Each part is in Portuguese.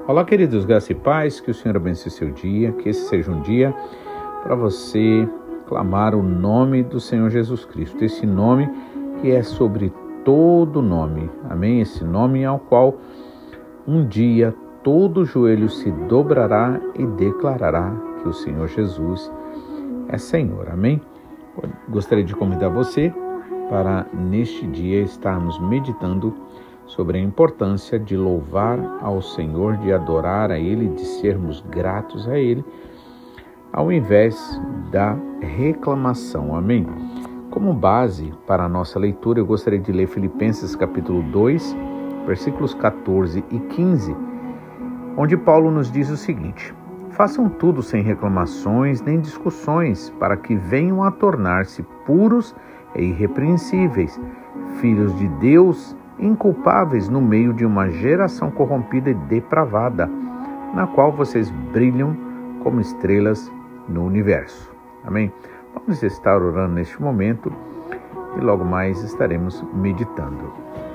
Olá, queridos, graça e paz, que o Senhor abençoe seu dia, que esse seja um dia para você clamar o nome do Senhor Jesus Cristo, esse nome que é sobre todo nome, amém? Esse nome ao qual um dia todo joelho se dobrará e declarará que o Senhor Jesus é Senhor, amém? Gostaria de convidar você para neste dia estarmos meditando sobre a importância de louvar ao Senhor, de adorar a Ele, de sermos gratos a Ele, ao invés da reclamação, amém? Como base para a nossa leitura, eu gostaria de ler Filipenses capítulo 2, versículos 14 e 15, onde Paulo nos diz o seguinte: façam tudo sem reclamações nem discussões, para que venham a tornar-se puros e irrepreensíveis, filhos de Deus, inculpáveis no meio de uma geração corrompida e depravada, na qual vocês brilham como estrelas no universo. Amém? Vamos estar orando neste momento e logo mais estaremos meditando.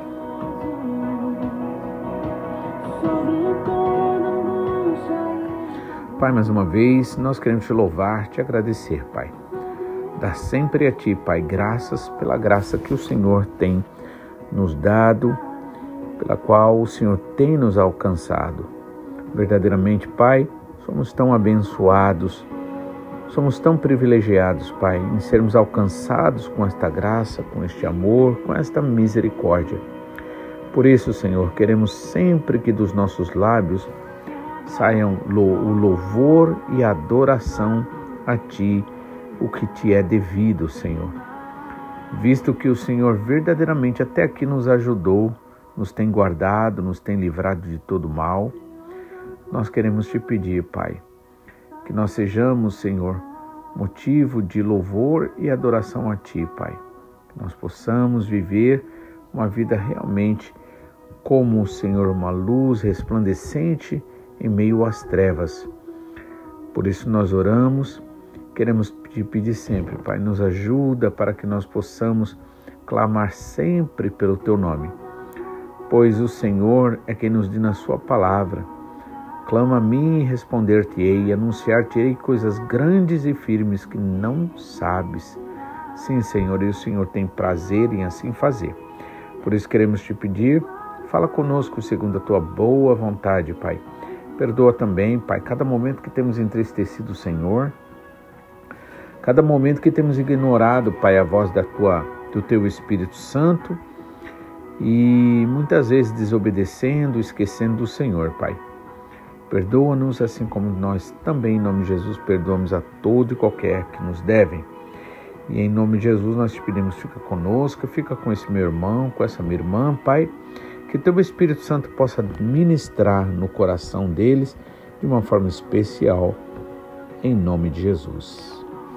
Pai, mais uma vez, nós queremos te louvar, te agradecer, Pai. Dar sempre a Ti, Pai, graças pela graça que o Senhor tem nos dado, pela qual o Senhor tem nos alcançado. Verdadeiramente, Pai, somos tão abençoados, somos tão privilegiados, Pai, em sermos alcançados com esta graça, com este amor, com esta misericórdia. Por isso, Senhor, queremos sempre que dos nossos lábios saiam o louvor e a adoração a Ti, o que Te é devido, Senhor. Visto que o Senhor verdadeiramente até aqui nos ajudou, nos tem guardado, nos tem livrado de todo mal, nós queremos Te pedir, Pai, que nós sejamos, Senhor, motivo de louvor e adoração a Ti, Pai. Que nós possamos viver uma vida realmente como, Senhor, uma luz resplandecente em meio às trevas. Por isso nós oramos, queremos te pedir sempre, Pai, nos ajuda para que nós possamos clamar sempre pelo Teu nome, pois o Senhor é quem nos diz na Sua palavra: clama a mim e responder-te-ei, e anunciar-te-ei coisas grandes e firmes que não sabes. Sim, Senhor, e o Senhor tem prazer em assim fazer. Por isso queremos te pedir, fala conosco segundo a Tua boa vontade, Pai. Perdoa também, Pai, cada momento que temos entristecido o Senhor, cada momento que temos ignorado, Pai, a voz do Teu Espírito Santo e muitas vezes desobedecendo, esquecendo do Senhor, Pai. Perdoa-nos, assim como nós também, em nome de Jesus, perdoamos a todo e qualquer que nos devem. E em nome de Jesus nós te pedimos, fica conosco, fica com esse meu irmão, com essa minha irmã, Pai, que Teu Espírito Santo possa ministrar no coração deles de uma forma especial, em nome de Jesus.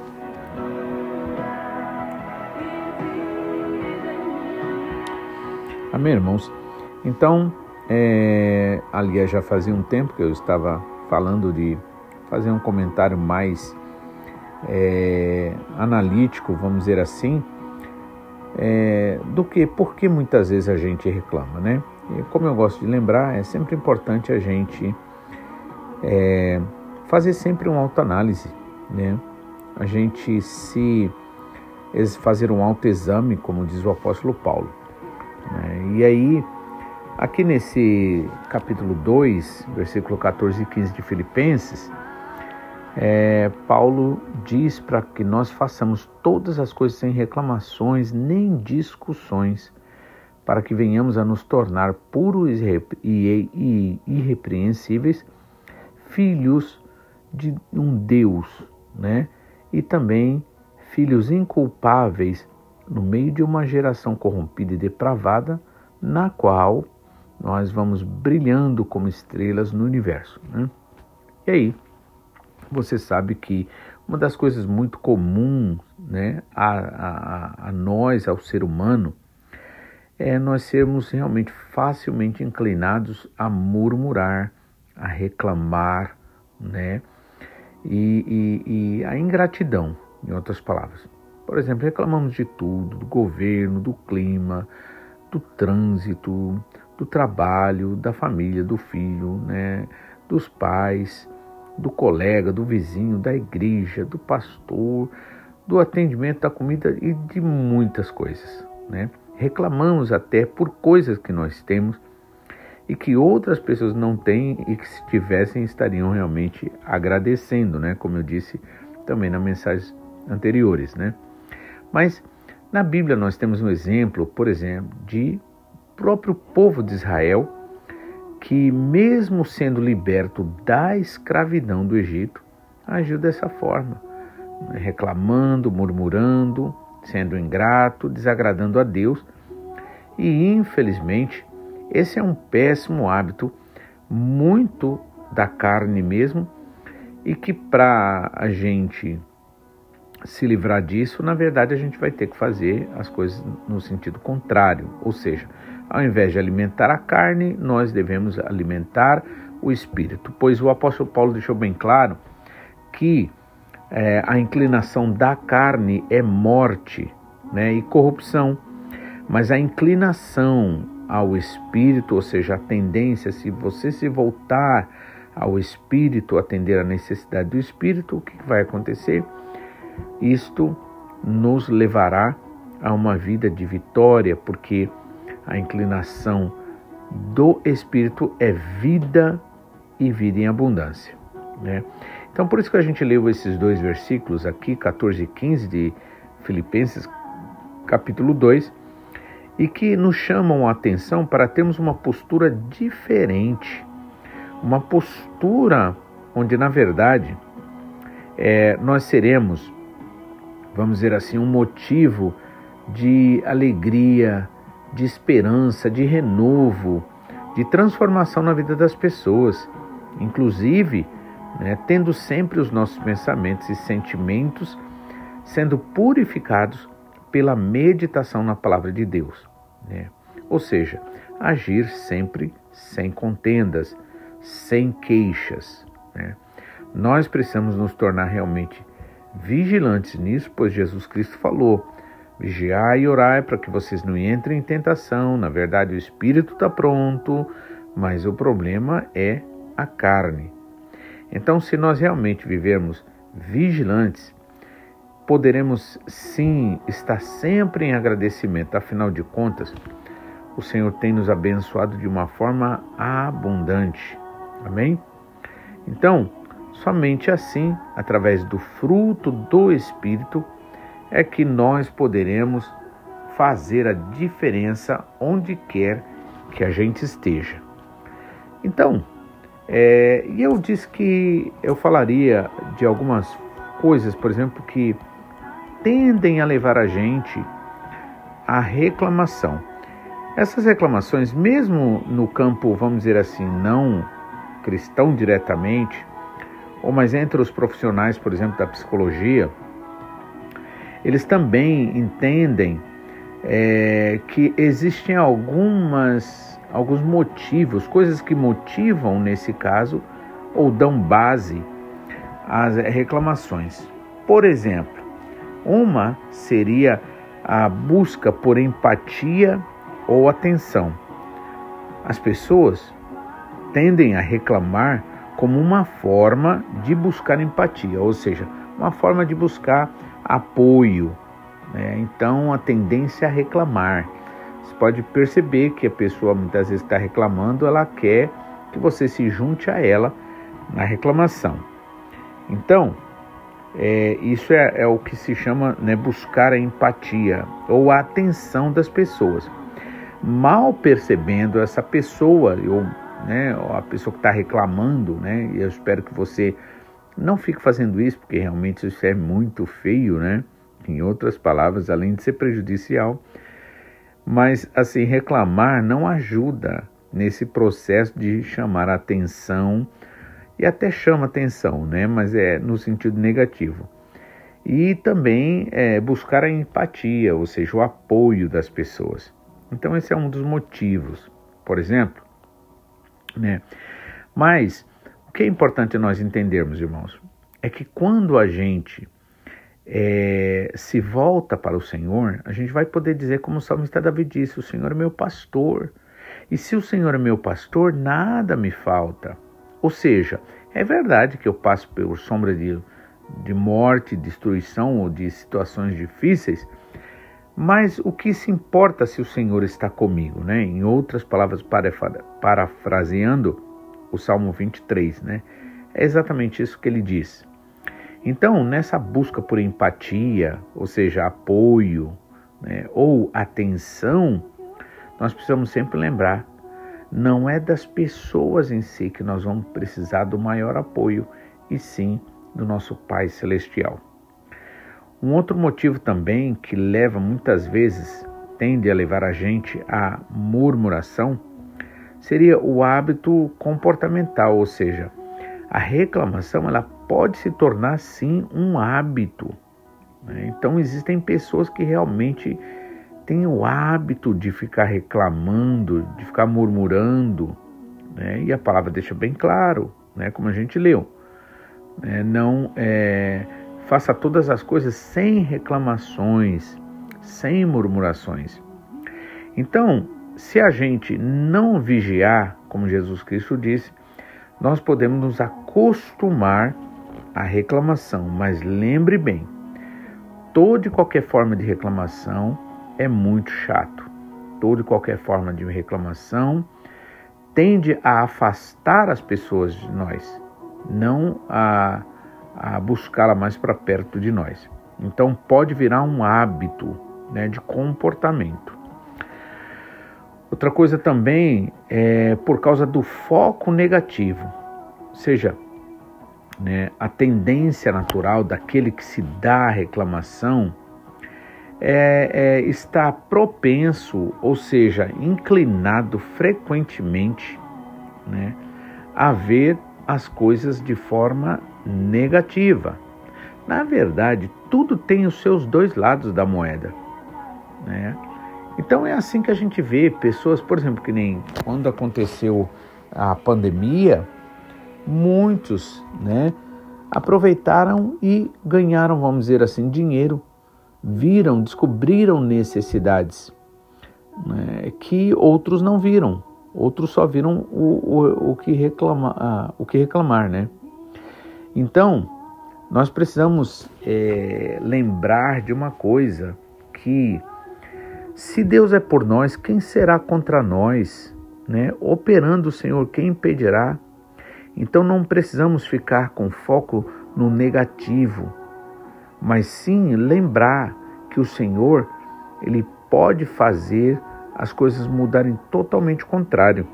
Amém, irmãos? Então, aliás, já fazia um tempo que eu estava falando de fazer um comentário mais analítico, vamos dizer assim, do que por que muitas vezes a gente reclama, né? E como eu gosto de lembrar, é sempre importante a gente fazer sempre uma autoanálise, né? A gente fazer um autoexame, como diz o apóstolo Paulo. E aí, aqui nesse capítulo 2, versículo 14 e 15 de Filipenses, Paulo diz para que nós façamos todas as coisas sem reclamações nem discussões, para que venhamos a nos tornar puros e irrepreensíveis, filhos de um Deus, né? E também filhos inculpáveis no meio de uma geração corrompida e depravada, na qual nós vamos brilhando como estrelas no universo, né? E aí, você sabe que uma das coisas muito comuns, né, a nós, ao ser humano, é nós sermos realmente facilmente inclinados a murmurar, a reclamar, né, e a ingratidão, em outras palavras. Por exemplo, reclamamos de tudo, do governo, do clima, do trânsito, do trabalho, da família, do filho, né, dos pais, do colega, do vizinho, da igreja, do pastor, do atendimento da comida e de muitas coisas, né? Reclamamos até por coisas que nós temos e que outras pessoas não têm e que, se tivessem, estariam realmente agradecendo, né? Como eu disse também nas mensagens anteriores, né? Mas na Bíblia nós temos um exemplo, por exemplo, de próprio povo de Israel, que mesmo sendo liberto da escravidão do Egito, agiu dessa forma, reclamando, murmurando, sendo ingrato, desagradando a Deus. E infelizmente esse é um péssimo hábito, muito da carne mesmo, e que para a gente se livrar disso, na verdade a gente vai ter que fazer as coisas no sentido contrário, ou seja, ao invés de alimentar a carne, nós devemos alimentar o espírito, pois o apóstolo Paulo deixou bem claro que a inclinação da carne é morte, né, e corrupção, mas a inclinação ao espírito, ou seja, a tendência, se você se voltar ao espírito, atender à necessidade do espírito, o que vai acontecer? Isto nos levará a uma vida de vitória, porque a inclinação do espírito é vida e vida em abundância, né? Então, por isso que a gente leu esses dois versículos aqui, 14 e 15 de Filipenses, capítulo 2, e que nos chamam a atenção para termos uma postura diferente, uma postura onde, na verdade, nós seremos, vamos dizer assim, um motivo de alegria, de esperança, de renovo, de transformação na vida das pessoas, inclusive, né, tendo sempre os nossos pensamentos e sentimentos sendo purificados pela meditação na palavra de Deus, né? Ou seja, agir sempre sem contendas, sem queixas, né? Nós precisamos nos tornar realmente vigilantes nisso, pois Jesus Cristo falou: vigiai e orai para que vocês não entrem em tentação. Na verdade, o espírito está pronto, mas o problema é a carne. Então, se nós realmente vivermos vigilantes, poderemos sim estar sempre em agradecimento. Afinal de contas, o Senhor tem nos abençoado de uma forma abundante. Amém? Então, somente assim, através do fruto do Espírito, é que nós poderemos fazer a diferença onde quer que a gente esteja. Então, e eu disse que eu falaria de algumas coisas, por exemplo, que tendem a levar a gente à reclamação. Essas reclamações, mesmo no campo, vamos dizer assim, não cristão diretamente, ou mas entre os profissionais, por exemplo, da psicologia, eles também entendem que existem alguns motivos, coisas que motivam nesse caso, ou dão base às reclamações. Por exemplo, uma seria a busca por empatia ou atenção. As pessoas tendem a reclamar como uma forma de buscar empatia, ou seja, uma forma de buscar apoio, né? Então a tendência é a reclamar. Você pode perceber que a pessoa muitas vezes está reclamando, ela quer que você se junte a ela na reclamação. Então, isso é o que se chama, né, buscar a empatia ou a atenção das pessoas. Mal percebendo essa pessoa, ou a pessoa que está reclamando, né, e eu espero que você não fique fazendo isso, porque realmente isso é muito feio, né? Em outras palavras, além de ser prejudicial. Mas, assim, reclamar não ajuda nesse processo de chamar a atenção, e até chama atenção, né? Mas é no sentido negativo. E também buscar a empatia, ou seja, o apoio das pessoas. Então, esse é um dos motivos, por exemplo, né? Mas o que é importante nós entendermos, irmãos, é que quando a gente se volta para o Senhor, a gente vai poder dizer, como o salmista Davi disse: o Senhor é meu pastor, E se o Senhor é meu pastor, nada me falta. Ou seja, é verdade que eu passo por sombra de morte, destruição ou de situações difíceis, mas o que se importa se o Senhor está comigo, né? Em outras palavras, parafraseando o Salmo 23, né? É exatamente isso que ele diz. Então, nessa busca por empatia, ou seja, apoio, né, ou atenção, nós precisamos sempre lembrar, não é das pessoas em si que nós vamos precisar do maior apoio, e sim do nosso Pai Celestial. Um outro motivo também que leva muitas vezes, tende a levar a gente à murmuração, seria o hábito comportamental, ou seja, a reclamação ela pode se tornar sim um hábito, né? Então existem pessoas que realmente têm o hábito de ficar reclamando, de ficar murmurando, né? E a palavra deixa bem claro, né? Como a gente leu, faça todas as coisas sem reclamações, sem murmurações. Então, se a gente não vigiar, como Jesus Cristo disse, nós podemos nos acostumar à reclamação, mas lembre bem, toda e qualquer forma de reclamação é muito chato. Toda e qualquer forma de reclamação tende a afastar as pessoas de nós, não a buscá-la mais para perto de nós. Então pode virar um hábito, né, de comportamento. Outra coisa também é por causa do foco negativo, ou seja, né, a tendência natural daquele que se dá a reclamação está propenso, ou seja, inclinado frequentemente, né, a ver as coisas de forma negativa. Na verdade, tudo tem os seus dois lados da moeda, né? Então é assim que a gente vê pessoas, por exemplo, que nem quando aconteceu a pandemia, muitos, né, aproveitaram e ganharam, vamos dizer assim, dinheiro, descobriram necessidades, né, que outros não viram, outros só viram o que reclamar, né? Então, nós precisamos lembrar de uma coisa, que se Deus é por nós, quem será contra nós, né? Operando o Senhor, quem impedirá? Então não precisamos ficar com foco no negativo, mas sim lembrar que o Senhor, Ele pode fazer as coisas mudarem totalmente o contrário,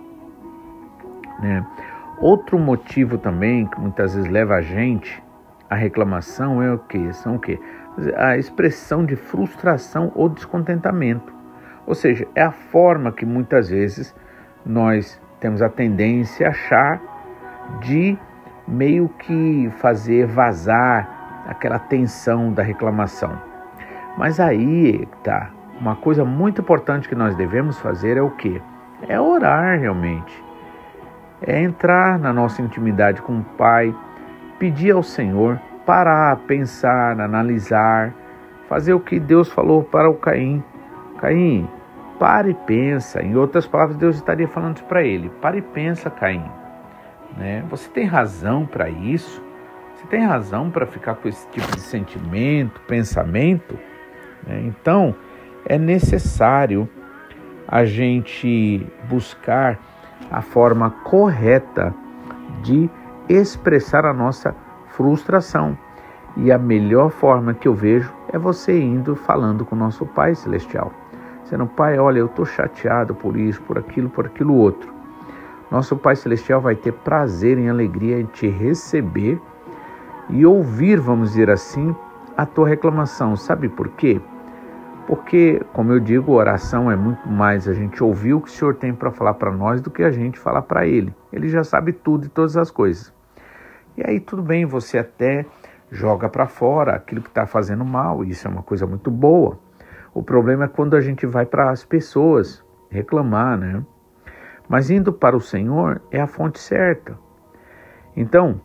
né? Outro motivo também que muitas vezes leva a gente à reclamação é o quê? São o quê? A expressão de frustração ou descontentamento. Ou seja, é a forma que muitas vezes nós temos a tendência a achar de meio que fazer vazar aquela tensão da reclamação. Mas aí tá, uma coisa muito importante que nós devemos fazer é o quê? É orar realmente. É entrar na nossa intimidade com o Pai, pedir ao Senhor, parar, pensar, analisar, fazer o que Deus falou para o Caim. Caim, para e pensa. Em outras palavras, Deus estaria falando isso para ele. Para e pensa, Caim. Né? Você tem razão para isso? Você tem razão para ficar com esse tipo de sentimento, pensamento? Né? Então, é necessário a gente buscar a forma correta de expressar a nossa frustração. E a melhor forma que eu vejo é você indo falando com o nosso Pai Celestial. Dizendo, Pai, olha, eu estou chateado por isso, por aquilo outro. Nosso Pai Celestial vai ter prazer em alegria em te receber e ouvir, vamos dizer assim, a tua reclamação. Sabe por quê? Porque, como eu digo, oração é muito mais a gente ouvir o que o Senhor tem para falar para nós do que a gente falar para Ele. Ele já sabe tudo e todas as coisas. E aí tudo bem, você até joga para fora aquilo que está fazendo mal, isso é uma coisa muito boa. O problema é quando a gente vai para as pessoas reclamar, né? Mas indo para o Senhor é a fonte certa. Então,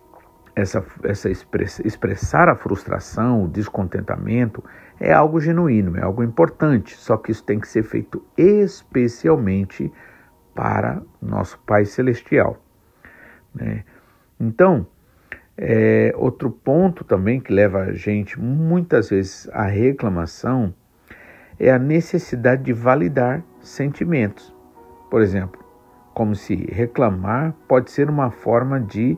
expressar a frustração, o descontentamento é algo genuíno, é algo importante, só que isso tem que ser feito especialmente para nosso Pai Celestial, né? Então, outro ponto também que leva a gente muitas vezes à reclamação é a necessidade de validar sentimentos. Por exemplo, como se reclamar pode ser uma forma de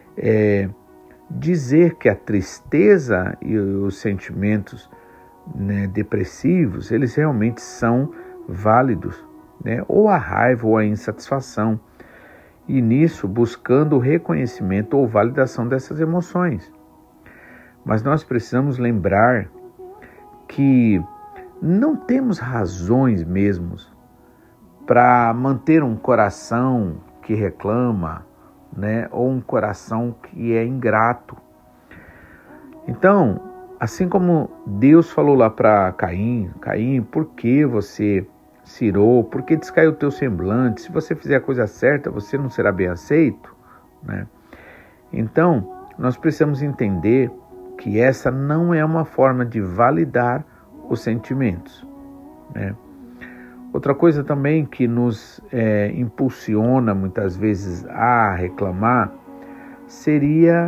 dizer que a tristeza e os sentimentos, né, depressivos, eles realmente são válidos, né? Ou a raiva ou a insatisfação. E nisso buscando o reconhecimento ou validação dessas emoções. Mas nós precisamos lembrar que não temos razões mesmo para manter um coração que reclama, né, ou um coração que é ingrato. Então, assim como Deus falou lá para Caim, por que você se irou? Por que descaiu o teu semblante? Se você fizer a coisa certa, você não será bem aceito, né? Então, nós precisamos entender que essa não é uma forma de validar os sentimentos, né? Outra coisa também que nos impulsiona muitas vezes a reclamar seria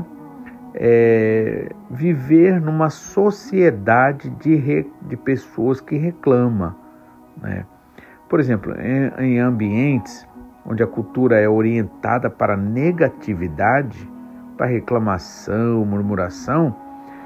viver numa sociedade de pessoas que reclamam, né? Por exemplo, em ambientes onde a cultura é orientada para negatividade, para reclamação, murmuração,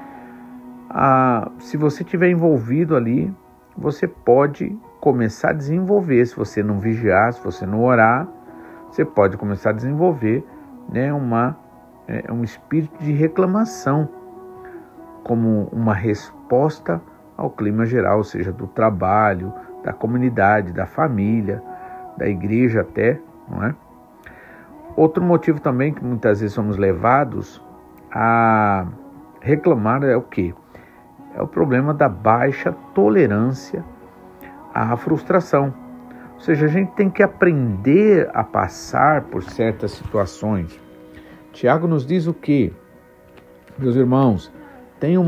se você estiver envolvido ali, você pode começar a desenvolver, se você não vigiar, se você não orar, você pode começar a desenvolver, né, um espírito de reclamação, como uma resposta ao clima geral, ou seja, do trabalho, da comunidade, da família, da igreja até, não é? Outro motivo também que muitas vezes somos levados a reclamar é o quê? É o problema da baixa tolerância à frustração. Ou seja, a gente tem que aprender a passar por certas situações. Tiago nos diz o quê? Meus irmãos, tenham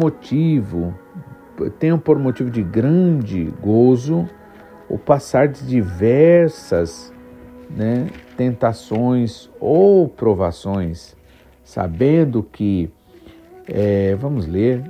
por motivo de grande gozo o passar de diversas, né, tentações ou provações, sabendo que, vamos ler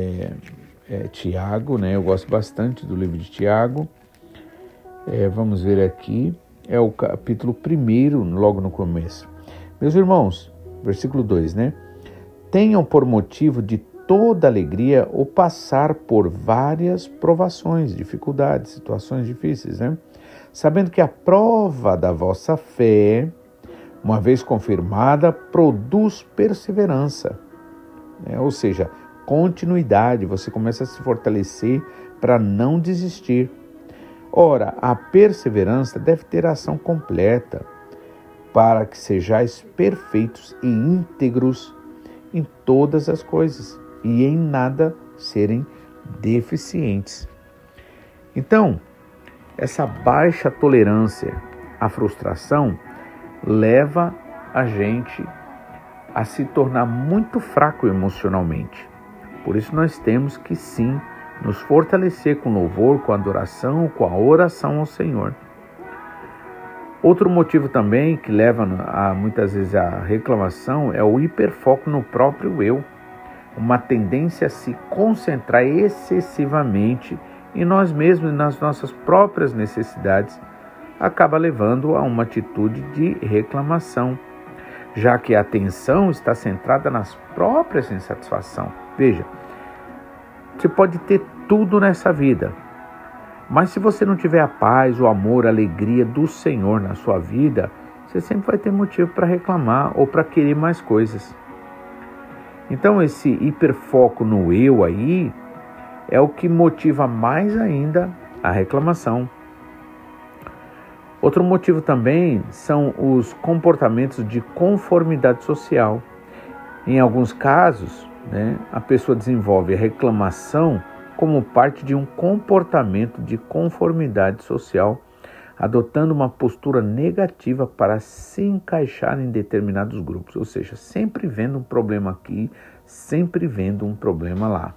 Tiago, né? Eu gosto bastante do livro de Tiago. Vamos ver aqui, é o capítulo 1, logo no começo. Meus irmãos, versículo 2, né? Tenham por motivo de toda alegria o passar por várias provações, dificuldades, situações difíceis, né? Sabendo que a prova da vossa fé, uma vez confirmada, produz perseverança, né? Ou seja, continuidade, você começa a se fortalecer para não desistir. Ora, a perseverança deve ter ação completa, para que sejais perfeitos e íntegros em todas as coisas, e em nada serem deficientes. Então, essa baixa tolerância à frustração leva a gente a se tornar muito fraco emocionalmente. Por isso nós temos que sim nos fortalecer com louvor, com adoração, com a oração ao Senhor. Outro motivo também que leva muitas vezes à reclamação é o hiperfoco no próprio eu. Uma tendência a se concentrar excessivamente em nós mesmos e nas nossas próprias necessidades acaba levando a uma atitude de reclamação, já que a atenção está centrada nas próprias insatisfações. Veja, você pode ter tudo nessa vida, mas se você não tiver a paz, o amor, a alegria do Senhor na sua vida, você sempre vai ter motivo para reclamar ou para querer mais coisas. Então esse hiperfoco no eu aí é o que motiva mais ainda a reclamação. Outro motivo também são os comportamentos de conformidade social. Em alguns casos, né, a pessoa desenvolve a reclamação como parte de um comportamento de conformidade social, adotando uma postura negativa para se encaixar em determinados grupos, ou seja, sempre vendo um problema aqui, sempre vendo um problema lá,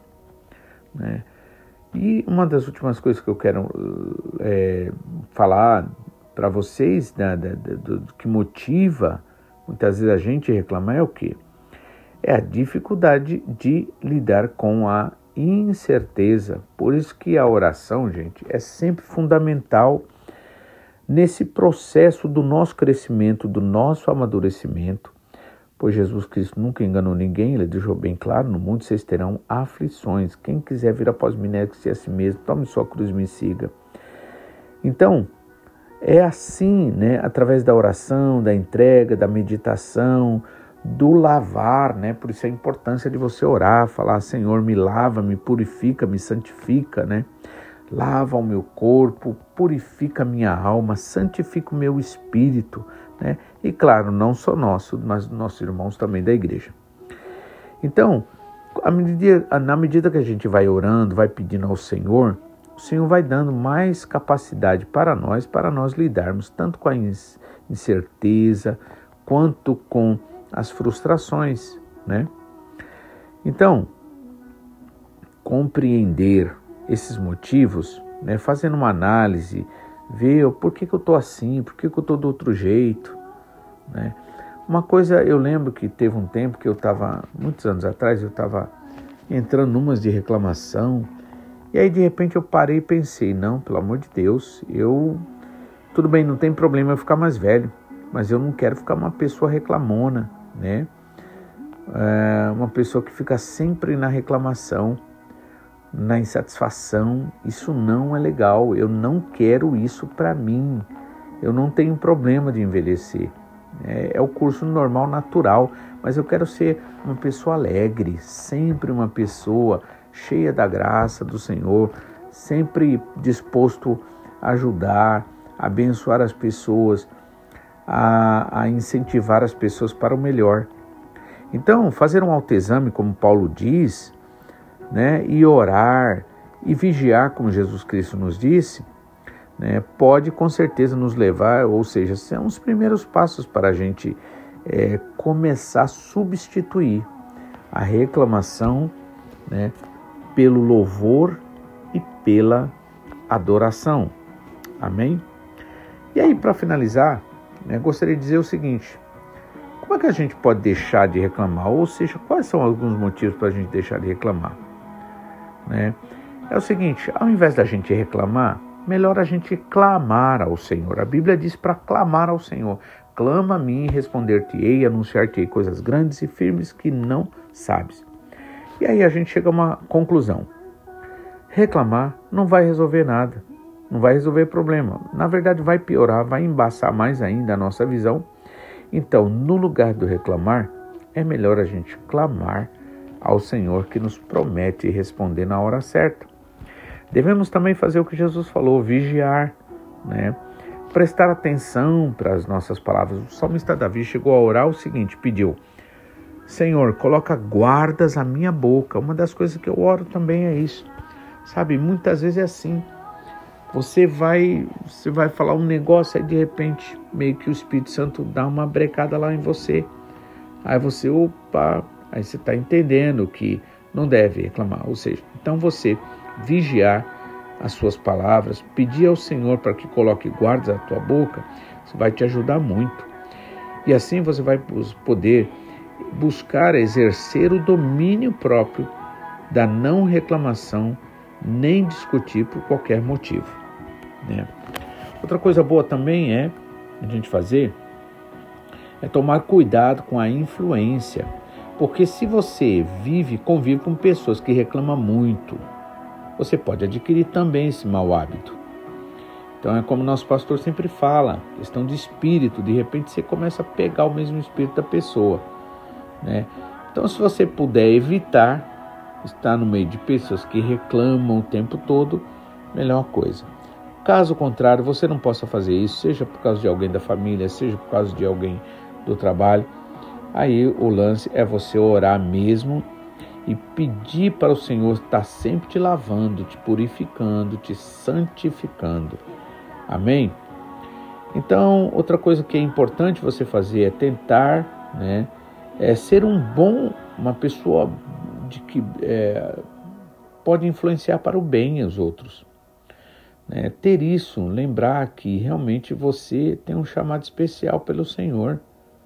né? E uma das últimas coisas que eu quero falar para vocês, do que motiva muitas vezes a gente a reclamar é o quê? É a dificuldade de lidar com a incerteza. Por isso que a oração, gente, é sempre fundamental nesse processo do nosso crescimento, do nosso amadurecimento. Pois Jesus Cristo nunca enganou ninguém, ele deixou bem claro, no mundo vocês terão aflições. Quem quiser vir após mim, negue-se a si mesmo, tome sua cruz e me siga. Então, é assim, né, através da oração, da entrega, da meditação, do lavar, né? Por isso a importância de você orar, falar: Senhor, me lava, me purifica, me santifica, né? Lava o meu corpo, purifica a minha alma, santifica o meu espírito, né? E claro, não só nosso, mas nossos irmãos também da igreja. Então, na medida que a gente vai orando, vai pedindo ao Senhor, o Senhor vai dando mais capacidade para nós lidarmos tanto com a incerteza, quanto com as frustrações, né? Então, compreender esses motivos, né, fazendo uma análise, ver por que eu estou assim, por que eu estou do outro jeito, né? Uma coisa, eu lembro que teve um tempo que eu estava, muitos anos atrás, eu estava entrando numas de reclamação, e aí de repente eu parei e pensei: não, pelo amor de Deus, tudo bem, não tem problema eu ficar mais velho, mas eu não quero ficar uma pessoa reclamona, né? Uma pessoa que fica sempre na reclamação, na insatisfação. Isso não é legal, eu não quero isso para mim. Eu não tenho problema de envelhecer, é o curso normal, natural, mas eu quero ser uma pessoa alegre, sempre uma pessoa cheia da graça do Senhor, sempre disposto a ajudar, a abençoar as pessoas, a incentivar as pessoas para o melhor. Então, fazer um autoexame, como Paulo diz, né, e orar e vigiar, como Jesus Cristo nos disse, né, pode com certeza nos levar, ou seja, são os primeiros passos para a gente começar a substituir a reclamação, né, pelo louvor e pela adoração. Amém? E aí, para finalizar, gostaria de dizer o seguinte: como é que a gente pode deixar de reclamar? Ou seja, quais são alguns motivos para a gente deixar de reclamar? É o seguinte: ao invés da gente reclamar, melhor a gente clamar ao Senhor. A Bíblia diz para clamar ao Senhor: clama a mim e responder-te-ei, anunciar-te-ei coisas grandes e firmes que não sabes. E aí a gente chega a uma conclusão: reclamar não vai resolver nada, não vai resolver problema. Na verdade, vai piorar, vai embaçar mais ainda a nossa visão. Então, no lugar do reclamar, é melhor a gente clamar ao Senhor, que nos promete responder na hora certa. Devemos também fazer o que Jesus falou: vigiar, né? Prestar atenção para as nossas palavras. O salmista Davi chegou a orar o seguinte, pediu: Senhor, coloca guardas à minha boca. Uma das coisas que eu oro também é isso. Sabe, muitas vezes é assim. Você vai falar um negócio, aí de repente, meio que o Espírito Santo dá uma brecada lá em você. Aí você, aí você está entendendo que não deve reclamar. Ou seja, então você vigiar as suas palavras, pedir ao Senhor para que coloque guardas à tua boca, isso vai te ajudar muito. E assim você vai poder buscar exercer o domínio próprio da não reclamação, nem discutir por qualquer motivo, né? Outra coisa boa também a gente fazer é tomar cuidado com a influência, porque se você convive com pessoas que reclamam muito, você pode adquirir também esse mau hábito. Então é como nosso pastor sempre fala, questão de espírito, de repente você começa a pegar o mesmo espírito da pessoa, né? Então, se você puder evitar estar no meio de pessoas que reclamam o tempo todo, melhor coisa. Caso contrário, você não possa fazer isso, seja por causa de alguém da família, seja por causa de alguém do trabalho, aí o lance é você orar mesmo e pedir para o Senhor estar sempre te lavando, te purificando, te santificando. Amém? Então, outra coisa que é importante você fazer é tentar, ser uma pessoa que pode influenciar para o bem os outros. né, ter isso, lembrar que realmente você tem um chamado especial pelo Senhor.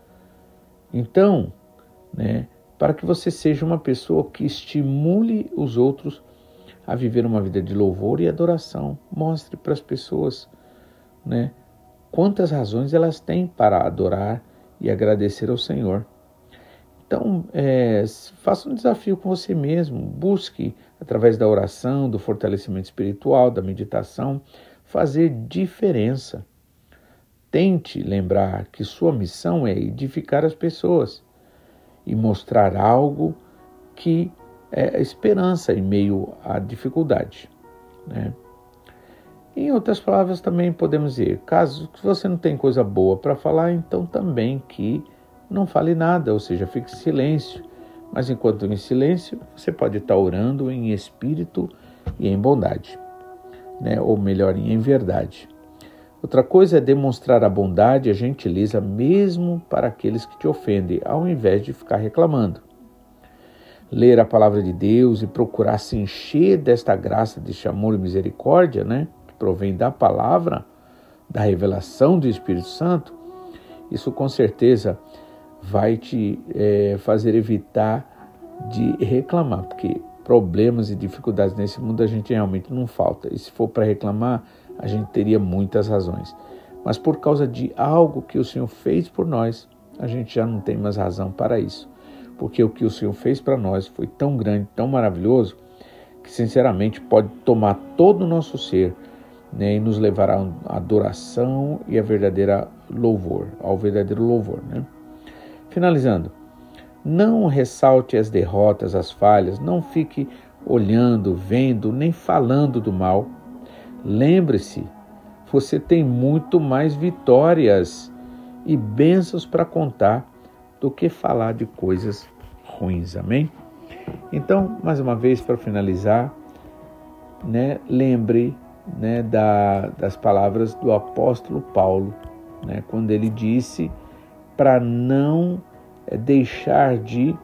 Então, né, para que você seja uma pessoa que estimule os outros a viver uma vida de louvor e adoração. Mostre para as pessoas, né, quantas razões elas têm para adorar e agradecer ao Senhor. Então, faça um desafio com você mesmo. Busque, através da oração, do fortalecimento espiritual, da meditação, fazer diferença. Tente lembrar que sua missão é edificar as pessoas e mostrar algo que é esperança em meio à dificuldade, né? Em outras palavras, também podemos dizer, caso você não tem coisa boa para falar, então também que não fale nada, ou seja, fique em silêncio. Mas enquanto em silêncio, você pode estar orando em espírito e em bondade, né? Ou melhor, em verdade. Outra coisa é demonstrar a bondade e a gentileza mesmo para aqueles que te ofendem, ao invés de ficar reclamando. Ler a palavra de Deus e procurar se encher desta graça, deste amor e misericórdia, né, que provém da palavra, da revelação do Espírito Santo, isso com certeza vai te fazer evitar de reclamar, porque problemas e dificuldades nesse mundo a gente realmente não falta. E se for para reclamar, a gente teria muitas razões. Mas por causa de algo que o Senhor fez por nós, a gente já não tem mais razão para isso. Porque o que o Senhor fez para nós foi tão grande, tão maravilhoso, que sinceramente pode tomar todo o nosso ser, né, e nos levar à adoração e ao verdadeiro louvor. Né? Finalizando, não ressalte as derrotas, as falhas, não fique olhando, vendo, nem falando do mal. Lembre-se, você tem muito mais vitórias e bênçãos para contar do que falar de coisas ruins, amém? Então, mais uma vez, para finalizar, né, lembre, né, das palavras do apóstolo Paulo, né, quando ele disse para não deixar de,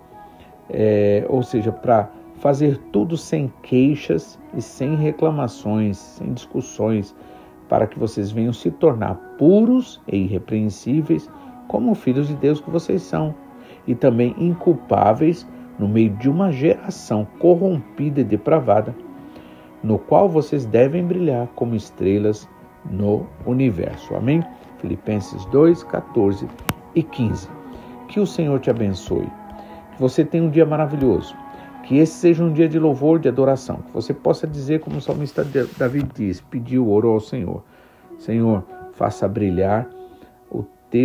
ou seja, para fazer tudo sem queixas e sem reclamações, sem discussões, para que vocês venham se tornar puros e irrepreensíveis, como filhos de Deus que vocês são, e também inculpáveis no meio de uma geração corrompida e depravada, no qual vocês devem brilhar como estrelas no universo. Amém? Filipenses 2, 14 e 15. Que o Senhor te abençoe, que você tenha um dia maravilhoso, que esse seja um dia de louvor, de adoração, que você possa dizer, como o salmista Davi diz, pediu, orou ao Senhor: Senhor, faça brilhar o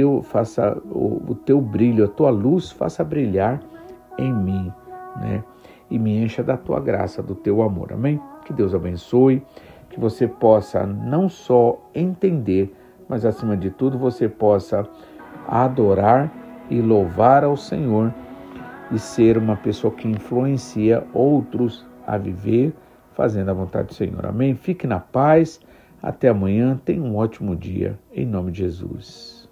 teu brilho, a tua luz faça brilhar em mim, né? E me encha da tua graça, do teu amor, amém? Que Deus abençoe, que você possa não só entender, mas acima de tudo você possa adorar e louvar ao Senhor e ser uma pessoa que influencia outros a viver fazendo a vontade do Senhor, amém? Fique na paz, até amanhã, tenha um ótimo dia, em nome de Jesus.